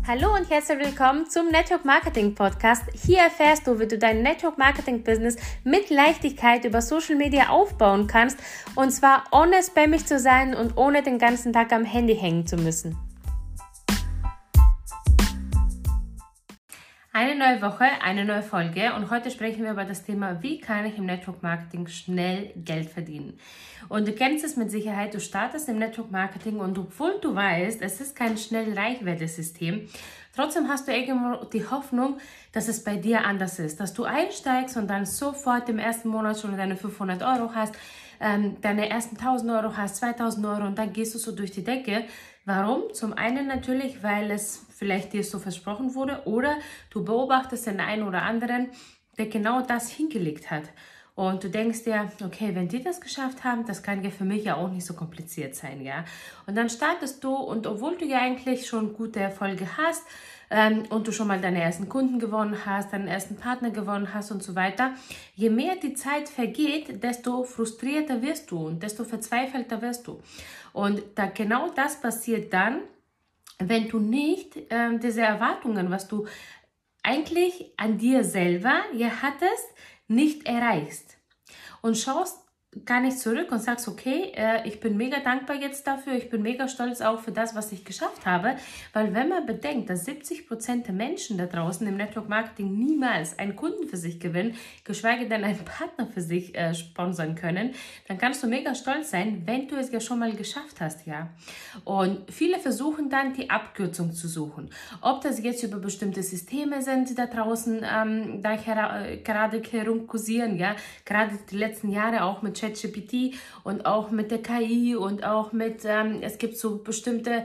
Hallo und herzlich willkommen zum Network Marketing Podcast. Hier erfährst du, wie du dein Network Marketing Business mit Leichtigkeit über Social Media aufbauen kannst, und zwar ohne spammig zu sein und ohne den ganzen Tag am Handy hängen zu müssen. Eine neue Woche, eine neue Folge, und heute sprechen wir über das Thema, wie kann ich im Network Marketing schnell Geld verdienen. Und du kennst es mit Sicherheit, du startest im Network Marketing und obwohl du weißt, es ist kein schnell Reichweite-System, trotzdem hast du irgendwo die Hoffnung, dass es bei dir anders ist, dass du einsteigst und dann sofort im ersten Monat schon deine 500 Euro hast, deine ersten 1000 Euro hast, 2000 Euro und dann gehst du so durch die Decke. Warum? Zum einen natürlich, weil es vielleicht dir so versprochen wurde oder du beobachtest den einen oder anderen, der genau das hingelegt hat. Und du denkst dir, okay, wenn die das geschafft haben, das kann ja für mich ja auch nicht so kompliziert sein, ja. Und dann startest du und obwohl du ja eigentlich schon gute Erfolge hast und du schon mal deine ersten Kunden gewonnen hast, deinen ersten Partner gewonnen hast und so weiter, je mehr die Zeit vergeht, desto frustrierter wirst du und desto verzweifelter wirst du. Und da genau das passiert dann, wenn du nicht diese Erwartungen, was du eigentlich an dir selber ja hattest, nicht erreichst. Und schaust gar nicht zurück und sagst, okay, ich bin mega dankbar jetzt dafür, ich bin mega stolz auch für das, was ich geschafft habe, weil wenn man bedenkt, dass 70% der Menschen da draußen im Network Marketing niemals einen Kunden für sich gewinnen, geschweige denn einen Partner für sich sponsern können, dann kannst du mega stolz sein, wenn du es ja schon mal geschafft hast, ja. Und viele versuchen dann, die Abkürzung zu suchen. Ob das jetzt über bestimmte Systeme sind, die da draußen da gerade herumkursieren, ja, gerade die letzten Jahre auch mit ChatGPT und auch mit der KI und auch mit, es gibt so bestimmte,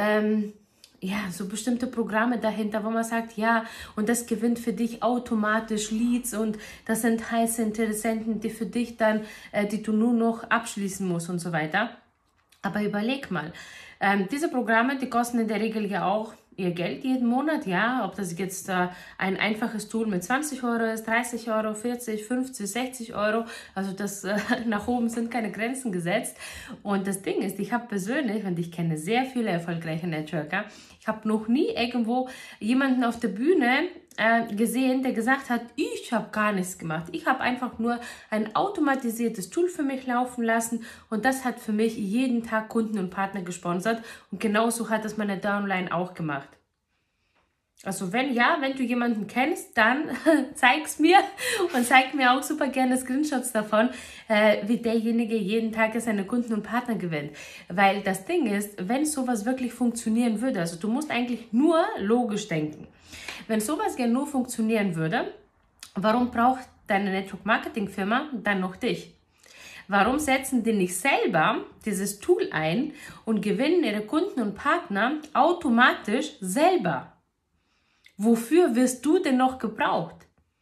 so bestimmte Programme dahinter, wo man sagt, ja, und das gewinnt für dich automatisch Leads und das sind heiße Interessenten, die für dich dann, die du nur noch abschließen musst und so weiter. Aber überleg mal, diese Programme, die kosten in der Regel ja auch ihr Geld jeden Monat, ja, ob das jetzt ein einfaches Tool mit 20 Euro ist, 30 Euro, 40, 50, 60 Euro, also das nach oben sind keine Grenzen gesetzt. Und das Ding ist, ich habe persönlich, und ich kenne sehr viele erfolgreiche Networker, ich habe noch nie irgendwo jemanden auf der Bühne gesehen, der gesagt hat, ich habe gar nichts gemacht. Ich habe einfach nur ein automatisiertes Tool für mich laufen lassen und das hat für mich jeden Tag Kunden und Partner gesponsert und genauso hat es meine Downline auch gemacht. Also wenn du jemanden kennst, dann zeig's mir und zeig mir auch super gerne Screenshots davon, wie derjenige jeden Tag seine Kunden und Partner gewinnt. Weil das Ding ist, wenn sowas wirklich funktionieren würde, also du musst eigentlich nur logisch denken. Wenn sowas ja nur funktionieren würde, warum braucht deine Network-Marketing-Firma dann noch dich? Warum setzen die nicht selber dieses Tool ein und gewinnen ihre Kunden und Partner automatisch selber? Wofür wirst du denn noch gebraucht?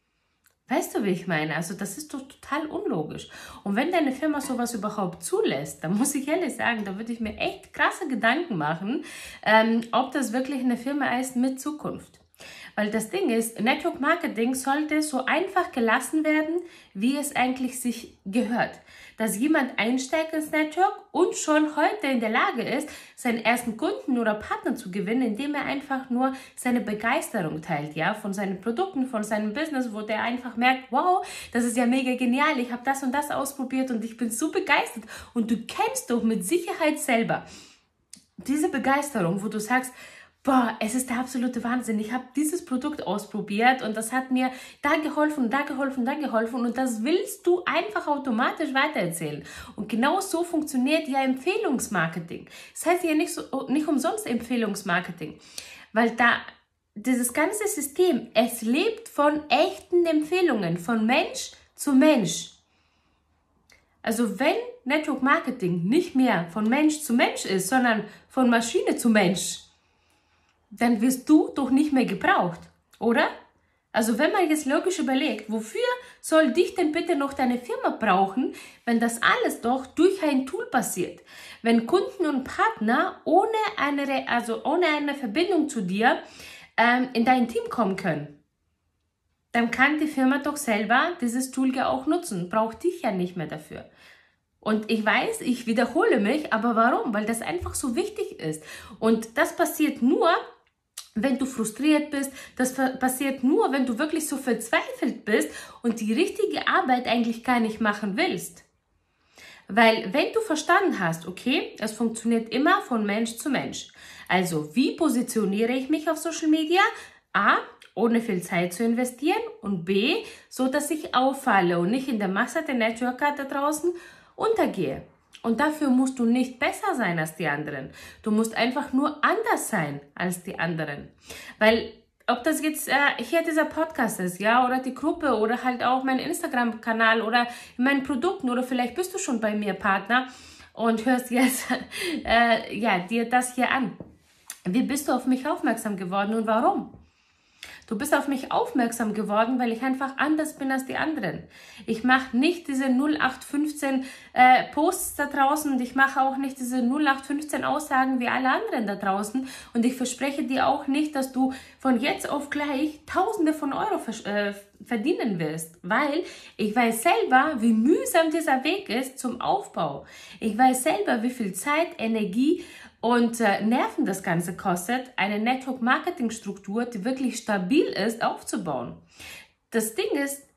Weißt du, wie ich meine? Also das ist doch total unlogisch. Und wenn deine Firma sowas überhaupt zulässt, dann muss ich ehrlich sagen, da würde ich mir echt krasse Gedanken machen, ob das wirklich eine Firma ist mit Zukunft. Weil das Ding ist, Network Marketing sollte so einfach gelassen werden, wie es eigentlich sich gehört. Dass jemand einsteigt ins Network und schon heute in der Lage ist, seinen ersten Kunden oder Partner zu gewinnen, indem er einfach nur seine Begeisterung teilt, ja, von seinen Produkten, von seinem Business, wo der einfach merkt, wow, das ist ja mega genial, ich habe das und das ausprobiert und ich bin so begeistert. Und du kennst doch mit Sicherheit selber diese Begeisterung, wo du sagst, boah, es ist der absolute Wahnsinn. Ich habe dieses Produkt ausprobiert und das hat mir da geholfen und da geholfen und da geholfen und das willst du einfach automatisch weitererzählen. Und genau so funktioniert ja Empfehlungsmarketing. Das heißt ja nicht umsonst Empfehlungsmarketing, weil da dieses ganze System, es lebt von echten Empfehlungen, von Mensch zu Mensch. Also wenn Network Marketing nicht mehr von Mensch zu Mensch ist, sondern von Maschine zu Mensch, dann wirst du doch nicht mehr gebraucht, oder? Also wenn man jetzt logisch überlegt, wofür soll dich denn bitte noch deine Firma brauchen, wenn das alles doch durch ein Tool passiert? Wenn Kunden und Partner ohne eine Verbindung zu dir in dein Team kommen können, dann kann die Firma doch selber dieses Tool ja auch nutzen, braucht dich ja nicht mehr dafür. Und ich weiß, ich wiederhole mich, aber warum? Weil das einfach so wichtig ist. Und das passiert nur, wenn du frustriert bist. Das passiert nur, wenn du wirklich so verzweifelt bist und die richtige Arbeit eigentlich gar nicht machen willst. Weil wenn du verstanden hast, okay, es funktioniert immer von Mensch zu Mensch. Also wie positioniere ich mich auf Social Media? A, ohne viel Zeit zu investieren, und B, so dass ich auffalle und nicht in der Masse der Networker da draußen untergehe. Und dafür musst du nicht besser sein als die anderen. Du musst einfach nur anders sein als die anderen. Weil ob das jetzt hier dieser Podcast ist, ja, oder die Gruppe oder halt auch mein Instagram-Kanal oder in meinen Produkten, oder vielleicht bist du schon bei mir Partner und hörst jetzt dir das hier an. Wie bist du auf mich aufmerksam geworden und warum? Du bist auf mich aufmerksam geworden, weil ich einfach anders bin als die anderen. Ich mache nicht diese 0815 Posts da draußen und ich mache auch nicht diese 0815 Aussagen wie alle anderen da draußen. Und ich verspreche dir auch nicht, dass du von jetzt auf gleich Tausende von Euro verdienen wirst. Weil ich weiß selber, wie mühsam dieser Weg ist zum Aufbau. Ich weiß selber, wie viel Zeit, Energie und Nerven das Ganze kostet, eine Network-Marketing-Struktur, die wirklich stabil ist, aufzubauen. Das Ding ist,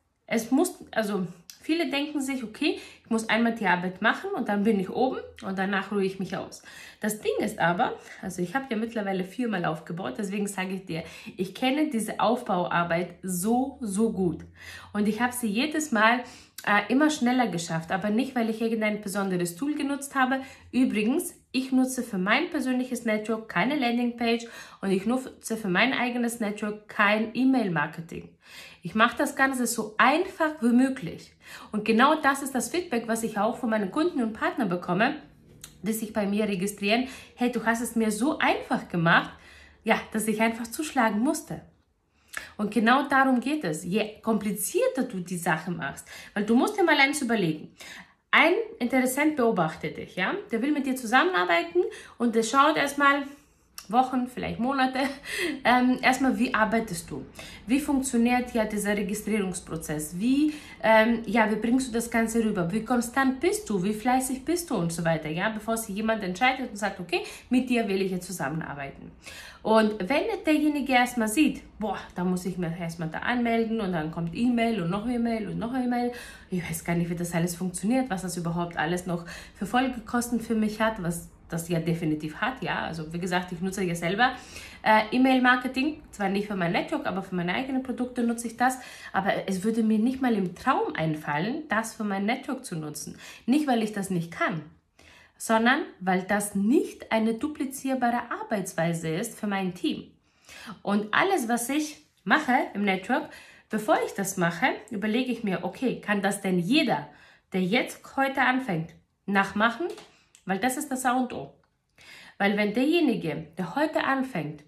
viele denken sich, okay, ich muss einmal die Arbeit machen und dann bin ich oben und danach ruhe ich mich aus. Das Ding ist aber, also ich habe ja mittlerweile 4-mal aufgebaut, deswegen sage ich dir, ich kenne diese Aufbauarbeit so gut. Und ich habe sie jedes Mal immer schneller geschafft, aber nicht, weil ich irgendein besonderes Tool genutzt habe. Übrigens, ich nutze für mein persönliches Network keine Landingpage und ich nutze für mein eigenes Network kein E-Mail-Marketing. Ich mache das Ganze so einfach wie möglich. Und genau das ist das Feedback, was ich auch von meinen Kunden und Partnern bekomme, die sich bei mir registrieren. Hey, du hast es mir so einfach gemacht, ja, dass ich einfach zuschlagen musste. Und genau darum geht es. Je komplizierter du die Sache machst, weil du musst dir mal eins überlegen. Ein Interessent beobachtet dich, ja, der will mit dir zusammenarbeiten und der schaut erstmal Wochen, vielleicht Monate, erstmal, wie arbeitest du? Wie funktioniert ja dieser Registrierungsprozess? Wie bringst du das Ganze rüber? Wie konstant bist du? Wie fleißig bist du? Und so weiter, ja, bevor sich jemand entscheidet und sagt, okay, mit dir will ich jetzt zusammenarbeiten. Und wenn derjenige erstmal sieht, boah, da muss ich mich erstmal da anmelden und dann kommt E-Mail und noch E-Mail und noch E-Mail. Ich weiß gar nicht, wie das alles funktioniert, was das überhaupt alles noch für Folgekosten für mich hat, was das ja definitiv hat, ja. Also wie gesagt, ich nutze ja selber E-Mail-Marketing, zwar nicht für mein Network, aber für meine eigenen Produkte nutze ich das. Aber es würde mir nicht mal im Traum einfallen, das für mein Network zu nutzen. Nicht, weil ich das nicht kann, sondern weil das nicht eine duplizierbare Arbeitsweise ist für mein Team. Und alles, was ich mache im Network, bevor ich das mache, überlege ich mir, okay, kann das denn jeder, der jetzt heute anfängt, nachmachen? Weil das ist das A und O. Weil wenn derjenige, der heute anfängt,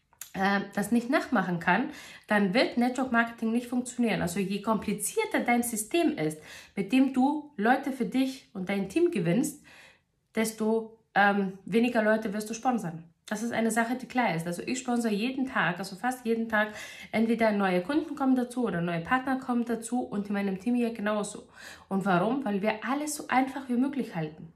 das nicht nachmachen kann, dann wird Network Marketing nicht funktionieren. Also je komplizierter dein System ist, mit dem du Leute für dich und dein Team gewinnst, desto weniger Leute wirst du sponsern. Das ist eine Sache, die klar ist. Also ich sponsere jeden Tag, also fast jeden Tag, entweder neue Kunden kommen dazu oder neue Partner kommen dazu und in meinem Team hier genauso. Und warum? Weil wir alles so einfach wie möglich halten.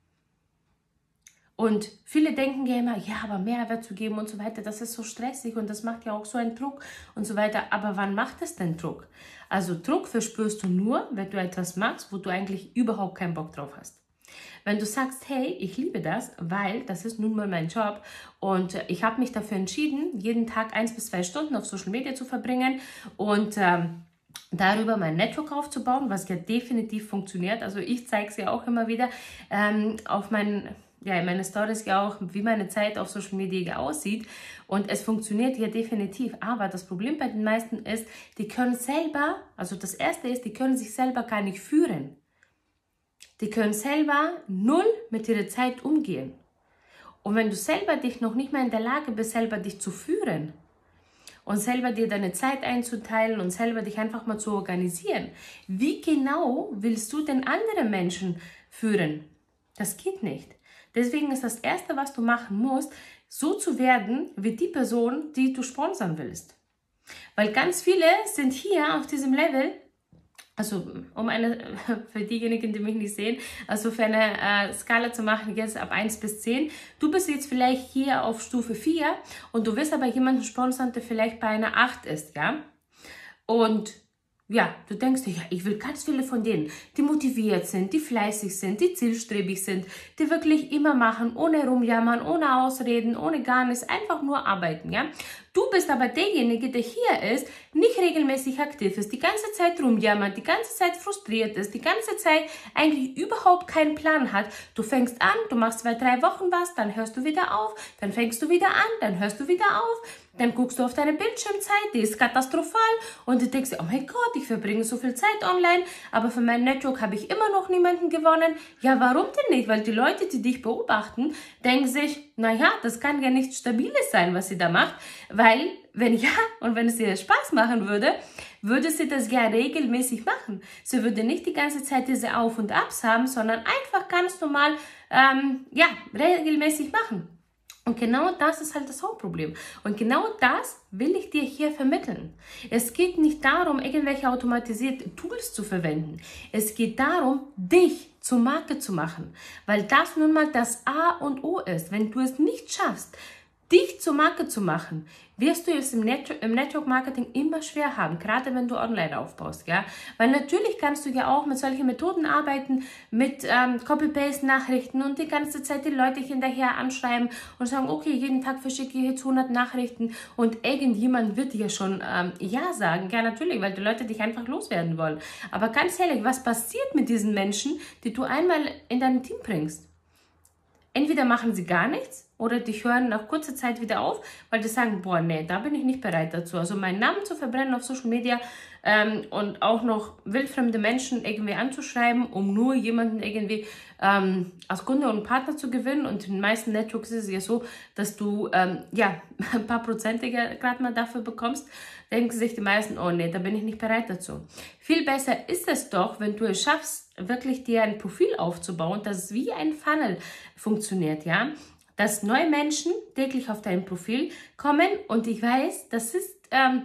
Und viele denken ja immer, ja, aber Mehrwert zu geben und so weiter, das ist so stressig und das macht ja auch so einen Druck und so weiter. Aber wann macht es denn Druck? Also Druck verspürst du nur, wenn du etwas machst, wo du eigentlich überhaupt keinen Bock drauf hast. Wenn du sagst, hey, ich liebe das, weil das ist nun mal mein Job und ich habe mich dafür entschieden, jeden Tag 1 bis 2 Stunden auf Social Media zu verbringen und darüber mein Network aufzubauen, was ja definitiv funktioniert. Also ich zeige es ja auch immer wieder auf in meine Stories ja auch, wie meine Zeit auf Social Media aussieht. Und es funktioniert ja definitiv. Aber das Problem bei den meisten ist, die können selber, also das Erste ist, die können sich selber gar nicht führen. Die können selber null mit ihrer Zeit umgehen. Und wenn du selber dich noch nicht mal in der Lage bist, selber dich zu führen und selber dir deine Zeit einzuteilen und selber dich einfach mal zu organisieren, wie genau willst du denn andere Menschen führen? Das geht nicht. Deswegen ist das Erste, was du machen musst, so zu werden wie die Person, die du sponsern willst. Weil ganz viele sind hier auf diesem Level Also für diejenigen, die mich nicht sehen, also für eine Skala zu machen, jetzt ab 1 bis 10. Du bist jetzt vielleicht hier auf Stufe 4 und du wirst aber jemanden sponsern, der vielleicht bei einer 8 ist, ja? Und ja, du denkst dir, ja, ich will ganz viele von denen, die motiviert sind, die fleißig sind, die zielstrebig sind, die wirklich immer machen, ohne rumjammern, ohne Ausreden, ohne gar nichts, einfach nur arbeiten, ja. Du bist aber derjenige, der hier ist, nicht regelmäßig aktiv ist, die ganze Zeit rumjammert, die ganze Zeit frustriert ist, die ganze Zeit eigentlich überhaupt keinen Plan hat. Du fängst an, du machst 2, 3 Wochen was, dann hörst du wieder auf, dann fängst du wieder an, dann hörst du wieder auf. Dann guckst du auf deine Bildschirmzeit, die ist katastrophal und du denkst, oh mein Gott, ich verbringe so viel Zeit online, aber für mein Network habe ich immer noch niemanden gewonnen. Ja, warum denn nicht? Weil die Leute, die dich beobachten, denken sich, naja, das kann ja nichts Stabiles sein, was sie da macht, weil, wenn ja, und wenn es ihr Spaß machen würde, würde sie das ja regelmäßig machen. Sie würde nicht die ganze Zeit diese Auf- und Abs haben, sondern einfach ganz normal, regelmäßig machen. Und genau das ist halt das Hauptproblem. Und genau das will ich dir hier vermitteln. Es geht nicht darum, irgendwelche automatisierten Tools zu verwenden. Es geht darum, dich zur Marke zu machen. Weil das nun mal das A und O ist. Wenn du es nicht schaffst, dich zur Marke zu machen, wirst du es im Network Marketing immer schwer haben, gerade wenn du online aufbaust, ja, weil natürlich kannst du ja auch mit solchen Methoden arbeiten, mit Copy-Paste-Nachrichten und die ganze Zeit die Leute hinterher anschreiben und sagen, okay, jeden Tag verschicke ich jetzt 100 Nachrichten und irgendjemand wird dir schon ja sagen, ja natürlich, weil die Leute dich einfach loswerden wollen, aber ganz ehrlich, was passiert mit diesen Menschen, die du einmal in dein Team bringst? Entweder machen sie gar nichts oder die hören nach kurzer Zeit wieder auf, weil die sagen, boah, nee, da bin ich nicht bereit dazu. Also meinen Namen zu verbrennen auf Social Media und auch noch wildfremde Menschen irgendwie anzuschreiben, um nur jemanden irgendwie als Kunde und Partner zu gewinnen. Und in den meisten Networks ist es ja so, dass du ein paar Prozentige gerade mal dafür bekommst. Denken sich die meisten, oh nee, da bin ich nicht bereit dazu. Viel besser ist es doch, wenn du es schaffst, wirklich dir ein Profil aufzubauen, das wie ein Funnel funktioniert, ja, dass neue Menschen täglich auf dein Profil kommen und ich weiß, das ist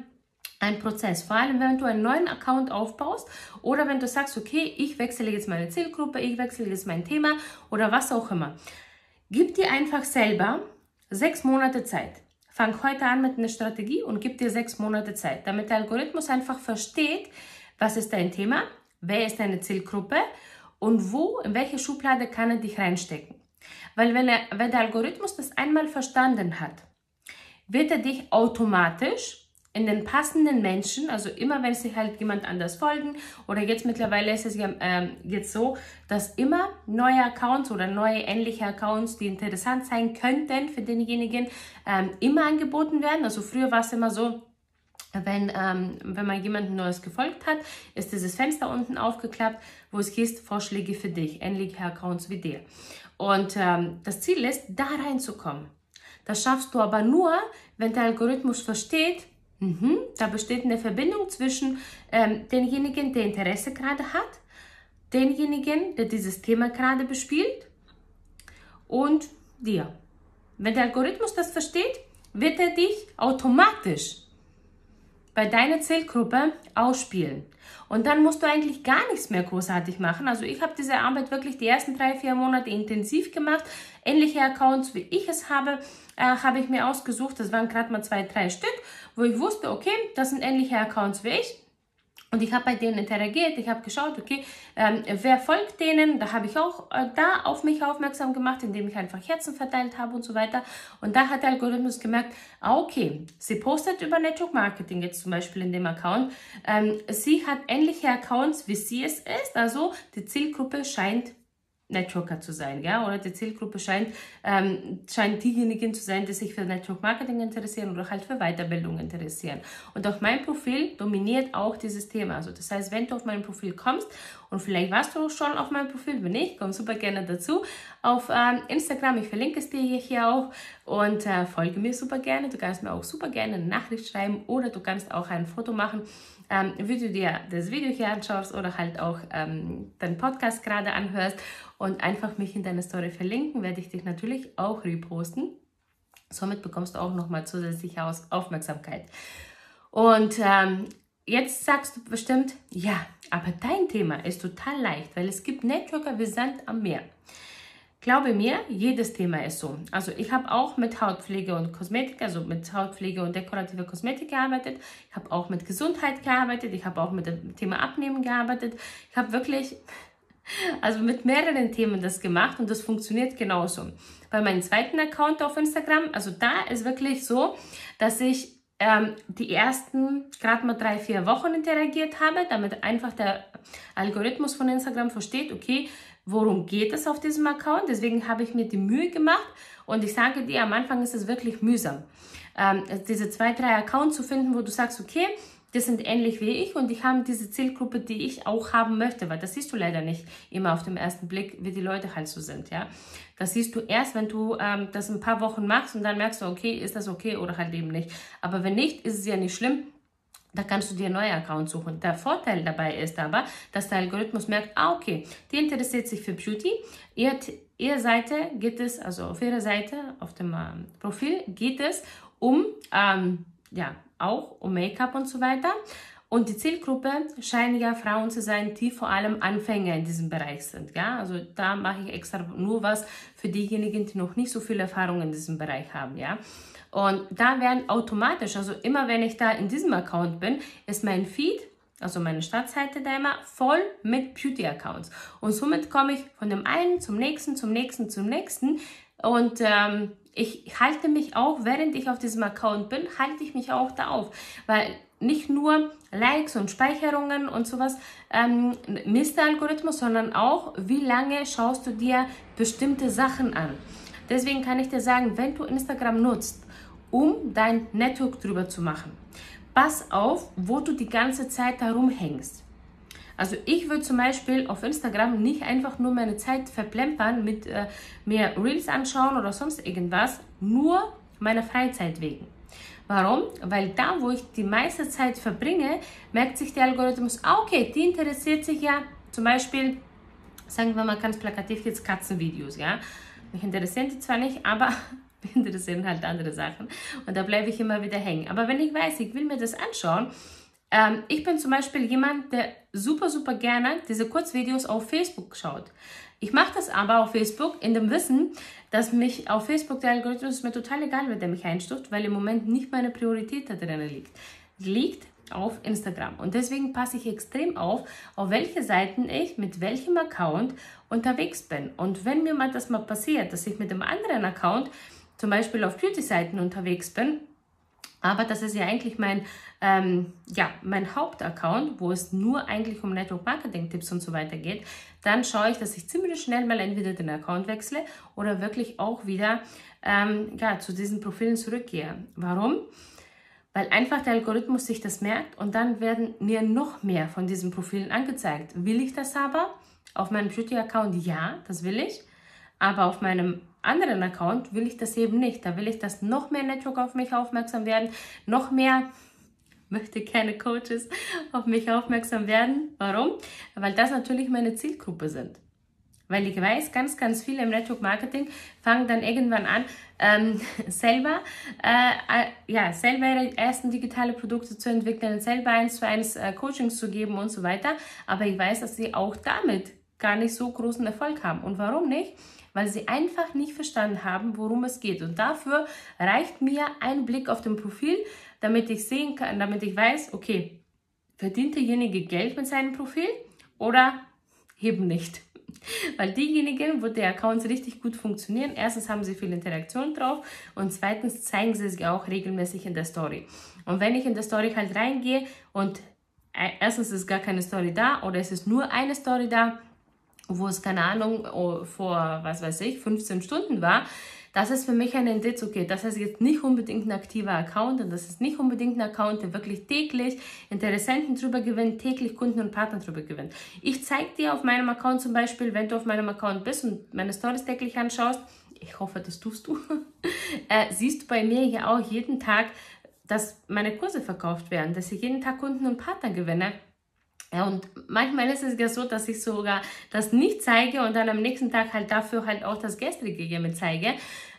ein Prozess, vor allem wenn du einen neuen Account aufbaust oder wenn du sagst, okay, ich wechsle jetzt meine Zielgruppe, ich wechsle jetzt mein Thema oder was auch immer. Gib dir einfach selber 6 Monate Zeit. Fang heute an mit einer Strategie und gib dir 6 Monate Zeit, damit der Algorithmus einfach versteht, was ist dein Thema, wer ist deine Zielgruppe und in welche Schublade kann er dich reinstecken. Weil wenn der Algorithmus das einmal verstanden hat, wird er dich automatisch in den passenden Menschen, also immer wenn sie halt jemand anders folgen oder jetzt mittlerweile ist es ja jetzt so, dass immer neue Accounts oder neue ähnliche Accounts, die interessant sein könnten für denjenigen, immer angeboten werden. Also früher war es immer so, wenn man jemandem Neues gefolgt hat, ist dieses Fenster unten aufgeklappt, wo es hieß, Vorschläge für dich, ähnliche Accounts wie dir. Und das Ziel ist, da reinzukommen. Das schaffst du aber nur, wenn der Algorithmus versteht, da besteht eine Verbindung zwischen denjenigen, der Interesse gerade hat, denjenigen, der dieses Thema gerade bespielt und dir. Wenn der Algorithmus das versteht, wird er dich automatisch bei deiner Zielgruppe ausspielen. Und dann musst du eigentlich gar nichts mehr großartig machen. Also ich habe diese Arbeit wirklich die ersten 3, 4 Monate intensiv gemacht. Ähnliche Accounts, wie ich es habe, habe ich mir ausgesucht. Das waren gerade mal 2, 3 Stück, wo ich wusste, okay, das sind ähnliche Accounts wie ich. Und ich habe bei denen interagiert, ich habe geschaut, okay, wer folgt denen, da habe ich auch da auf mich aufmerksam gemacht, indem ich einfach Herzen verteilt habe und so weiter. Und da hat der Algorithmus gemerkt, okay, sie postet über Network Marketing jetzt zum Beispiel in dem Account, sie hat ähnliche Accounts, wie sie es ist, also die Zielgruppe scheint Networker zu sein, ja, oder die Zielgruppe scheint diejenigen zu sein, die sich für Network Marketing interessieren oder halt für Weiterbildung interessieren. Und auf meinem Profil dominiert auch dieses Thema. Also das heißt, wenn du auf mein Profil kommst und vielleicht warst du schon auf meinem Profil, wenn nicht, komm super gerne dazu auf Instagram. Ich verlinke es dir hier auch und folge mir super gerne. Du kannst mir auch super gerne eine Nachricht schreiben oder du kannst auch ein Foto machen, wie du dir das Video hier anschaust oder halt auch deinen Podcast gerade anhörst und einfach mich in deine Story verlinken, werde ich dich natürlich auch reposten. Somit bekommst du auch nochmal zusätzliche Aufmerksamkeit. Und jetzt sagst du bestimmt, ja, aber dein Thema ist total leicht, weil es gibt Networker wie Sand am Meer. Glaube mir, jedes Thema ist so. Also ich habe auch mit Hautpflege und Kosmetik, also mit Hautpflege und dekorative Kosmetik gearbeitet. Ich habe auch mit Gesundheit gearbeitet. Ich habe auch mit dem Thema Abnehmen gearbeitet. Ich habe wirklich, also mit mehreren Themen das gemacht und das funktioniert genauso. Bei meinem zweiten Account auf Instagram, also da ist wirklich so, dass ich die ersten gerade mal 3-4 Wochen interagiert habe, damit einfach der Algorithmus von Instagram versteht, okay, worum geht es auf diesem Account? Deswegen habe ich mir die Mühe gemacht und ich sage dir, am Anfang ist es wirklich mühsam, diese 2-3 Accounts zu finden, wo du sagst, okay, das sind ähnlich wie ich und ich habe diese Zielgruppe, die ich auch haben möchte, weil das siehst du leider nicht immer auf den ersten Blick, wie die Leute halt so sind, ja. Das siehst du erst, wenn du das ein paar Wochen machst und dann merkst du, okay, ist das okay oder halt eben nicht. Aber wenn nicht, ist es ja nicht schlimm. Da kannst du dir neue Accounts suchen. Der Vorteil dabei ist aber, dass der Algorithmus merkt, okay, die interessiert sich für Beauty. Ihre Seite geht es, also auf ihrer Seite, auf dem Profil geht es um, ja, auch um Make-up und so weiter. Und die Zielgruppe scheinen ja Frauen zu sein, die vor allem Anfänger in diesem Bereich sind. Ja, also da mache ich extra nur was für diejenigen, die noch nicht so viel Erfahrung in diesem Bereich haben. Ja. Und da werden automatisch, also immer wenn ich da in diesem Account bin, ist mein Feed, also meine Startseite da immer voll mit Beauty-Accounts. Und somit komme ich von dem einen zum nächsten, zum nächsten, zum nächsten. Und ich halte mich auch, während ich auf diesem Account bin, halte ich mich auch da auf. Weil nicht nur Likes und Speicherungen und sowas misst der Algorithmus, sondern auch, wie lange schaust du dir bestimmte Sachen an. Deswegen kann ich dir sagen, wenn du Instagram nutzt, um dein Network drüber zu machen, pass auf, wo du die ganze Zeit da rumhängst. Also ich würde zum Beispiel auf Instagram nicht einfach nur meine Zeit verplempern mit mir Reels anschauen oder sonst irgendwas, nur meiner Freizeit wegen. Warum? Weil da, wo ich die meiste Zeit verbringe, merkt sich der Algorithmus, okay, die interessiert sich ja zum Beispiel, sagen wir mal ganz plakativ jetzt Katzenvideos, ja. Mich interessieren die zwar nicht, aber mich interessieren halt andere Sachen und da bleibe ich immer wieder hängen. Aber wenn ich weiß, ich will mir das anschauen, ich bin zum Beispiel jemand, der super, super gerne diese Kurzvideos auf Facebook schaut. Ich mache das aber auf Facebook in dem Wissen, dass mich auf Facebook der Algorithmus mir total egal wird, der mich einstuft, weil im Moment nicht meine Priorität da drin liegt. Liegt auf Instagram. Und deswegen passe ich extrem auf welche Seiten ich mit welchem Account unterwegs bin. Und wenn mir das mal passiert, dass ich mit einem anderen Account zum Beispiel auf Beauty-Seiten unterwegs bin, aber das ist ja eigentlich mein Hauptaccount, wo es nur eigentlich um Network-Marketing-Tipps und so weiter geht, dann schaue ich, dass ich ziemlich schnell mal entweder den Account wechsle oder wirklich auch wieder zu diesen Profilen zurückgehe. Warum? Weil einfach der Algorithmus sich das merkt und dann werden mir noch mehr von diesen Profilen angezeigt. Will ich das aber? Auf meinem Beauty-Account ja, das will ich. Aber auf meinem anderen Account will ich das eben nicht. Da will ich, dass noch mehr Network auf mich aufmerksam werden, noch mehr möchte keine Coaches auf mich aufmerksam werden. Warum? Weil das natürlich meine Zielgruppe sind. Weil ich weiß, ganz, ganz viele im Network Marketing fangen dann irgendwann an, selber ihre ersten digitale Produkte zu entwickeln, selber 1:1 Coachings zu geben und so weiter. Aber ich weiß, dass sie auch damit gar nicht so großen Erfolg haben. Und warum nicht? Weil sie einfach nicht verstanden haben, worum es geht. Und dafür reicht mir ein Blick auf dem Profil, damit ich sehen kann, damit ich weiß, okay, verdient derjenige Geld mit seinem Profil oder eben nicht. Weil diejenigen, wo die Accounts richtig gut funktionieren, erstens haben sie viel Interaktion drauf und zweitens zeigen sie sich auch regelmäßig in der Story. Und wenn ich in der Story halt reingehe und erstens ist gar keine Story da oder es ist nur eine Story da, wo es, keine Ahnung, vor, 15 Stunden war, das ist für mich ein Indiz, okay, das ist jetzt nicht unbedingt ein aktiver Account und das ist nicht unbedingt ein Account, der wirklich täglich Interessenten drüber gewinnt, täglich Kunden und Partner drüber gewinnt. Ich zeige dir auf meinem Account zum Beispiel, wenn du auf meinem Account bist und meine Stories täglich anschaust, ich hoffe, das tust du, siehst du bei mir ja auch jeden Tag, dass meine Kurse verkauft werden, dass ich jeden Tag Kunden und Partner gewinne. Ja, und manchmal ist es ja so, dass ich sogar das nicht zeige und dann am nächsten Tag halt dafür halt auch das gestrige mit zeige,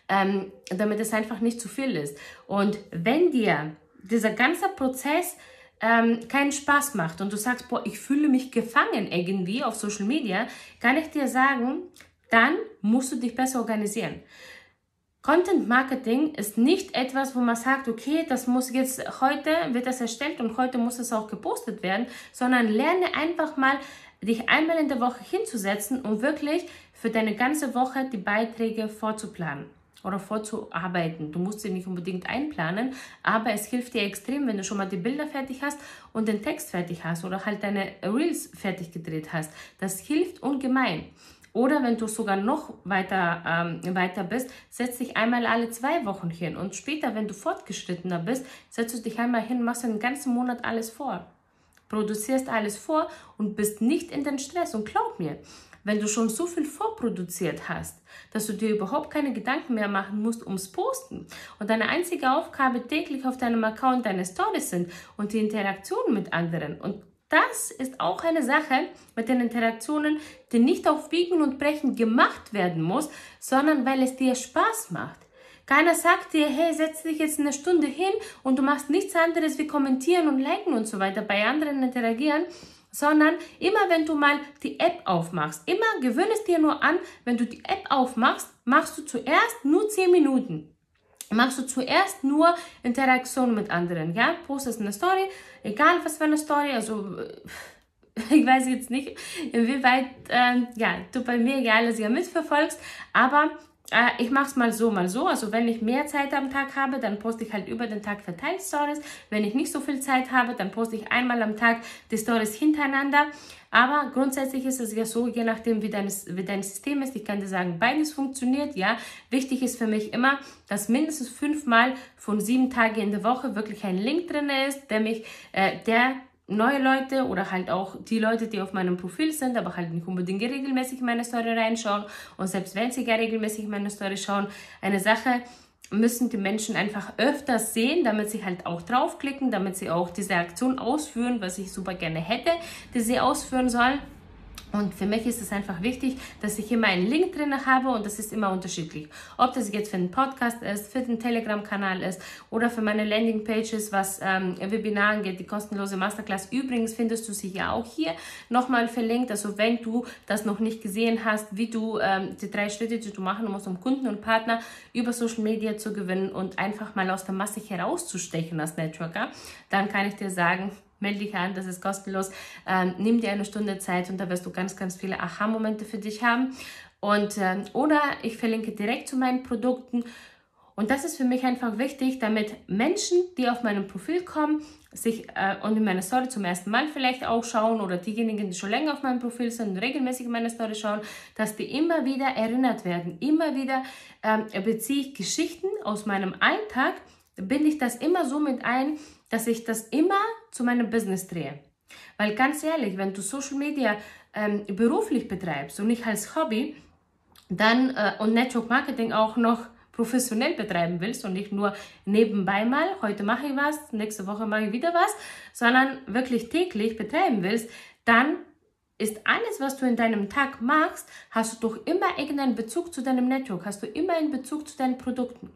damit es einfach nicht zu viel ist. Und wenn dir dieser ganze Prozess keinen Spaß macht und du sagst, boah, ich fühle mich gefangen irgendwie auf Social Media, kann ich dir sagen, dann musst du dich besser organisieren. Content Marketing ist nicht etwas, wo man sagt, okay, das muss jetzt, heute wird das erstellt und heute muss es auch gepostet werden, sondern lerne einfach mal, dich einmal in der Woche hinzusetzen und wirklich für deine ganze Woche die Beiträge vorzuplanen oder vorzuarbeiten. Du musst sie nicht unbedingt einplanen, aber es hilft dir extrem, wenn du schon mal die Bilder fertig hast und den Text fertig hast oder halt deine Reels fertig gedreht hast. Das hilft ungemein. Oder wenn du sogar noch weiter bist, setz dich einmal alle 2 Wochen hin. Und später, wenn du fortgeschrittener bist, setzt du dich einmal hin, machst den ganzen Monat alles vor. Produzierst alles vor und bist nicht in den Stress. Und glaub mir, wenn du schon so viel vorproduziert hast, dass du dir überhaupt keine Gedanken mehr machen musst ums Posten und deine einzige Aufgabe täglich auf deinem Account deine Stories sind und die Interaktion mit anderen. Und das ist auch eine Sache mit den Interaktionen, die nicht auf Biegen und Brechen gemacht werden muss, sondern weil es dir Spaß macht. Keiner sagt dir, hey, setz dich jetzt eine Stunde hin und du machst nichts anderes wie kommentieren und liken und so weiter, bei anderen interagieren, sondern immer wenn du mal die App aufmachst, immer gewöhne es dir nur an, wenn du die App aufmachst, machst du zuerst nur 10 Minuten. Machst du zuerst nur Interaktion mit anderen, ja? Postest eine Story, egal was für eine Story, also ich weiß jetzt nicht, inwieweit du bei mir ja alles mitverfolgst, aber ich mache es mal so, also wenn ich mehr Zeit am Tag habe, dann poste ich halt über den Tag verteilt Stories, wenn ich nicht so viel Zeit habe, dann poste ich einmal am Tag die Stories hintereinander, aber grundsätzlich ist es ja so, je nachdem wie dein System ist, ich kann dir sagen, beides funktioniert, ja. Wichtig ist für mich immer, dass mindestens 5 Mal von 7 Tagen in der Woche wirklich ein Link drin ist, der neue Leute oder halt auch die Leute, die auf meinem Profil sind, aber halt nicht unbedingt regelmäßig in meine Story reinschauen und selbst wenn sie gar regelmäßig in meine Story schauen, eine Sache müssen die Menschen einfach öfters sehen, damit sie halt auch draufklicken, damit sie auch diese Aktion ausführen, was ich super gerne hätte, die sie ausführen sollen. Und für mich ist es einfach wichtig, dass ich immer einen Link drin habe und das ist immer unterschiedlich. Ob das jetzt für einen Podcast ist, für den Telegram-Kanal ist oder für meine Landingpages, was Webinar angeht, die kostenlose Masterclass. Übrigens findest du sie ja auch hier nochmal verlinkt. Also wenn du das noch nicht gesehen hast, wie du die 3 Schritte, die du machen musst, um Kunden und Partner über Social Media zu gewinnen und einfach mal aus der Masse herauszustechen als Networker, dann kann ich dir sagen, melde dich an, das ist kostenlos. Nimm dir eine Stunde Zeit und da wirst du ganz, ganz viele Aha-Momente für dich haben. Oder ich verlinke direkt zu meinen Produkten. Und das ist für mich einfach wichtig, damit Menschen, die auf meinem Profil kommen, und in meine Story zum ersten Mal vielleicht auch schauen oder diejenigen, die schon länger auf meinem Profil sind und regelmäßig in meine Story schauen, dass die immer wieder erinnert werden. Immer wieder beziehe ich Geschichten aus meinem Alltag, binde ich das immer so mit ein, dass ich das immer zu meinem Business drehe. Weil ganz ehrlich, wenn du Social Media beruflich betreibst und nicht als Hobby, dann und Network Marketing auch noch professionell betreiben willst und nicht nur nebenbei mal, heute mache ich was, nächste Woche mache ich wieder was, sondern wirklich täglich betreiben willst, dann ist alles, was du in deinem Tag machst, hast du doch immer irgendeinen Bezug zu deinem Network, hast du immer einen Bezug zu deinen Produkten.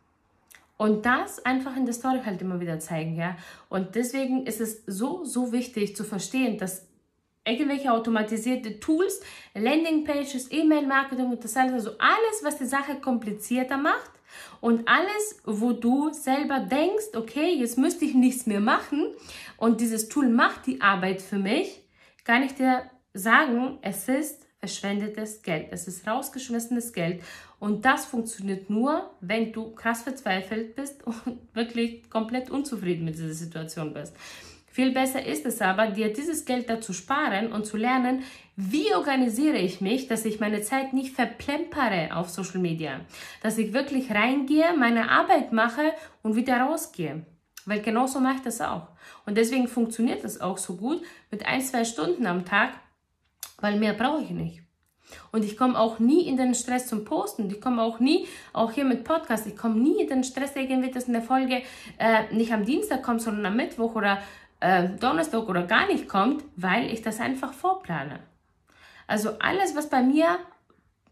Und das einfach in der Story halt immer wieder zeigen, ja. Und deswegen ist es so, so wichtig zu verstehen, dass irgendwelche automatisierte Tools, Landingpages, E-Mail-Marketing und das alles, also alles, was die Sache komplizierter macht und alles, wo du selber denkst, okay, jetzt müsste ich nichts mehr machen und dieses Tool macht die Arbeit für mich, kann ich dir sagen, es ist verschwendetes Geld. Es ist rausgeschmissenes Geld. Und das funktioniert nur, wenn du krass verzweifelt bist und wirklich komplett unzufrieden mit dieser Situation bist. Viel besser ist es aber, dir dieses Geld dazu sparen und zu lernen, wie organisiere ich mich, dass ich meine Zeit nicht verplempere auf Social Media. Dass ich wirklich reingehe, meine Arbeit mache und wieder rausgehe. Weil genauso mache ich das auch. Und deswegen funktioniert das auch so gut mit 1-2 Stunden am Tag, weil mehr brauche ich nicht. Und ich komme auch nie in den Stress zum Posten. Ich komme auch nie, auch hier mit Podcast, ich komme nie in den Stress irgendwie, dass eine Folge nicht am Dienstag kommt, sondern am Mittwoch oder Donnerstag oder gar nicht kommt, weil ich das einfach vorplane. Also alles, was bei mir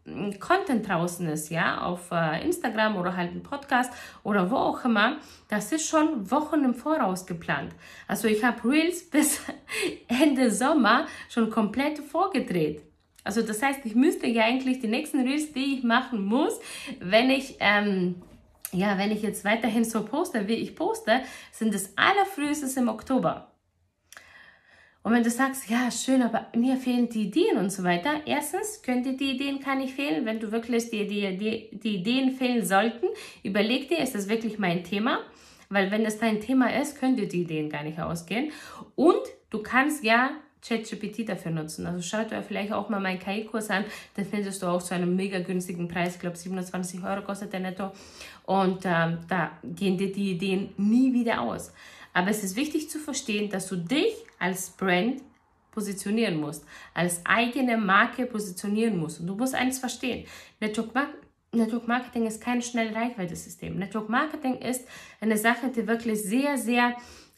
Content draußen ist, ja, auf Instagram oder halt ein Podcast oder wo auch immer, das ist schon Wochen im Voraus geplant. Also ich habe Reels bis Ende Sommer schon komplett vorgedreht. Also das heißt, ich müsste ja eigentlich die nächsten Reels, die ich machen muss, wenn ich jetzt weiterhin so poste, wie ich poste, sind es allerfrühestens im Oktober. Und wenn du sagst, ja, schön, aber mir fehlen die Ideen und so weiter. Erstens, die Ideen kann nicht fehlen. Wenn du wirklich die Ideen fehlen sollten, überleg dir, ist das wirklich mein Thema? Weil wenn es dein Thema ist, können dir die Ideen gar nicht ausgehen. Und du kannst ja ChatGPT dafür nutzen. Also schau dir vielleicht auch mal meinen KI-Kurs an. Den findest du auch zu einem mega günstigen Preis. Ich glaube, 27 € kostet der netto. Und da gehen dir die Ideen nie wieder aus. Aber es ist wichtig zu verstehen, dass du dich als Brand positionieren musst, als eigene Marke positionieren musst. Und du musst eins verstehen, Network Marketing ist kein schnell Reichweite-System. Network Marketing ist eine Sache, die wirklich sehr, sehr,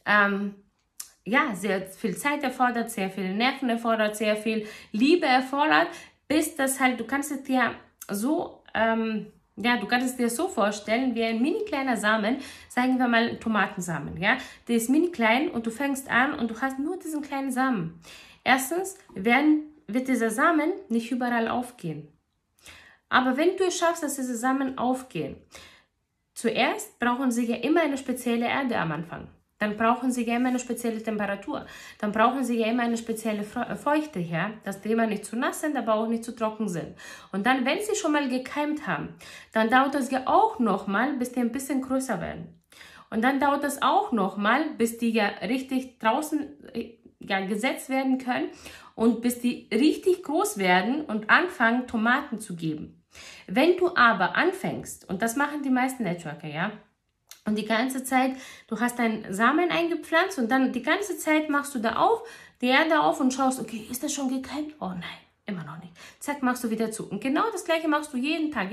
sehr viel Zeit erfordert, sehr viele Nerven erfordert, sehr viel Liebe erfordert, bis das halt, du kannst es dir so vorstellen wie ein mini kleiner Samen, sagen wir mal Tomatensamen, ja. Der ist mini klein und du fängst an und du hast nur diesen kleinen Samen. Erstens wird dieser Samen nicht überall aufgehen. Aber wenn du es schaffst, dass diese Samen aufgehen, zuerst brauchen sie ja immer eine spezielle Erde am Anfang. Dann brauchen sie ja immer eine spezielle Temperatur. Dann brauchen sie ja immer eine spezielle Feuchte, ja? Dass die immer nicht zu nass sind, aber auch nicht zu trocken sind. Und dann, wenn sie schon mal gekeimt haben, dann dauert es ja auch nochmal, bis die ein bisschen größer werden. Und dann dauert es auch nochmal, bis die ja richtig draußen gesetzt werden können und bis die richtig groß werden und anfangen, Tomaten zu geben. Wenn du aber anfängst, und das machen die meisten Networker, ja, und die ganze Zeit, du hast deinen Samen eingepflanzt und dann die ganze Zeit machst du die Erde auf und schaust, okay, ist das schon gekeimt? Oh nein, immer noch nicht. Zack, machst du wieder zu. Und genau das Gleiche machst du jeden Tag.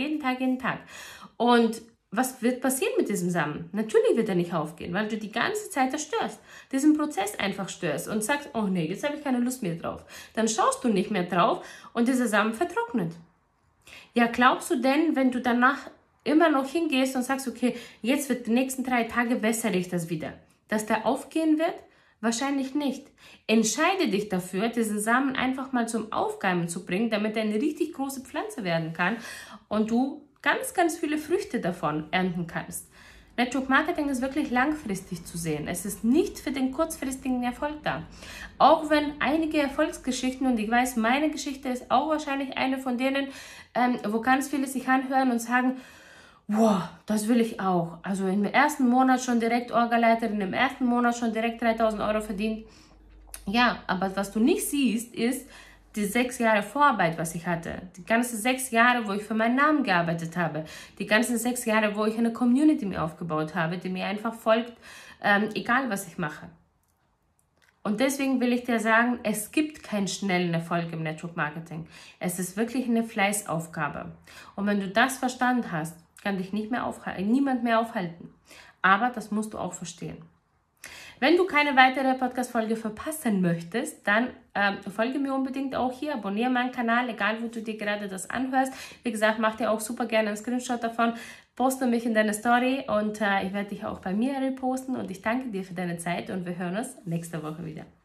Und was wird passieren mit diesem Samen? Natürlich wird er nicht aufgehen, weil du die ganze Zeit das störst. Diesen Prozess einfach störst und sagst, oh nee, jetzt habe ich keine Lust mehr drauf. Dann schaust du nicht mehr drauf und dieser Samen vertrocknet. Ja, glaubst du denn, wenn du danach immer noch hingehst und sagst, okay, jetzt wird die nächsten 3 Tage bessere ich das wieder, dass der aufgehen wird? Wahrscheinlich nicht. Entscheide dich dafür, diesen Samen einfach mal zum Aufkeimen zu bringen, damit er eine richtig große Pflanze werden kann und du ganz, ganz viele Früchte davon ernten kannst. Network Marketing ist wirklich langfristig zu sehen. Es ist nicht für den kurzfristigen Erfolg da. Auch wenn einige Erfolgsgeschichten, und ich weiß, meine Geschichte ist auch wahrscheinlich eine von denen, wo ganz viele sich anhören und sagen, wow, das will ich auch. Also im ersten Monat schon direkt Orgaleiterin, im ersten Monat schon direkt 3.000 € verdient. Ja, aber was du nicht siehst, ist die 6 Jahre Vorarbeit, was ich hatte. Die ganzen 6 Jahre, wo ich für meinen Namen gearbeitet habe. Die ganzen 6 Jahre, wo ich eine Community mir aufgebaut habe, die mir einfach folgt, egal was ich mache. Und deswegen will ich dir sagen, es gibt keinen schnellen Erfolg im Network Marketing. Es ist wirklich eine Fleißaufgabe. Und wenn du das verstanden hast, kann dich niemand mehr aufhalten. Aber das musst du auch verstehen. Wenn du keine weitere Podcast-Folge verpassen möchtest, dann folge mir unbedingt auch hier, abonniere meinen Kanal, egal wo du dir gerade das anhörst. Wie gesagt, mach dir auch super gerne einen Screenshot davon, poste mich in deine Story und ich werde dich auch bei mir reposten und ich danke dir für deine Zeit und wir hören uns nächste Woche wieder.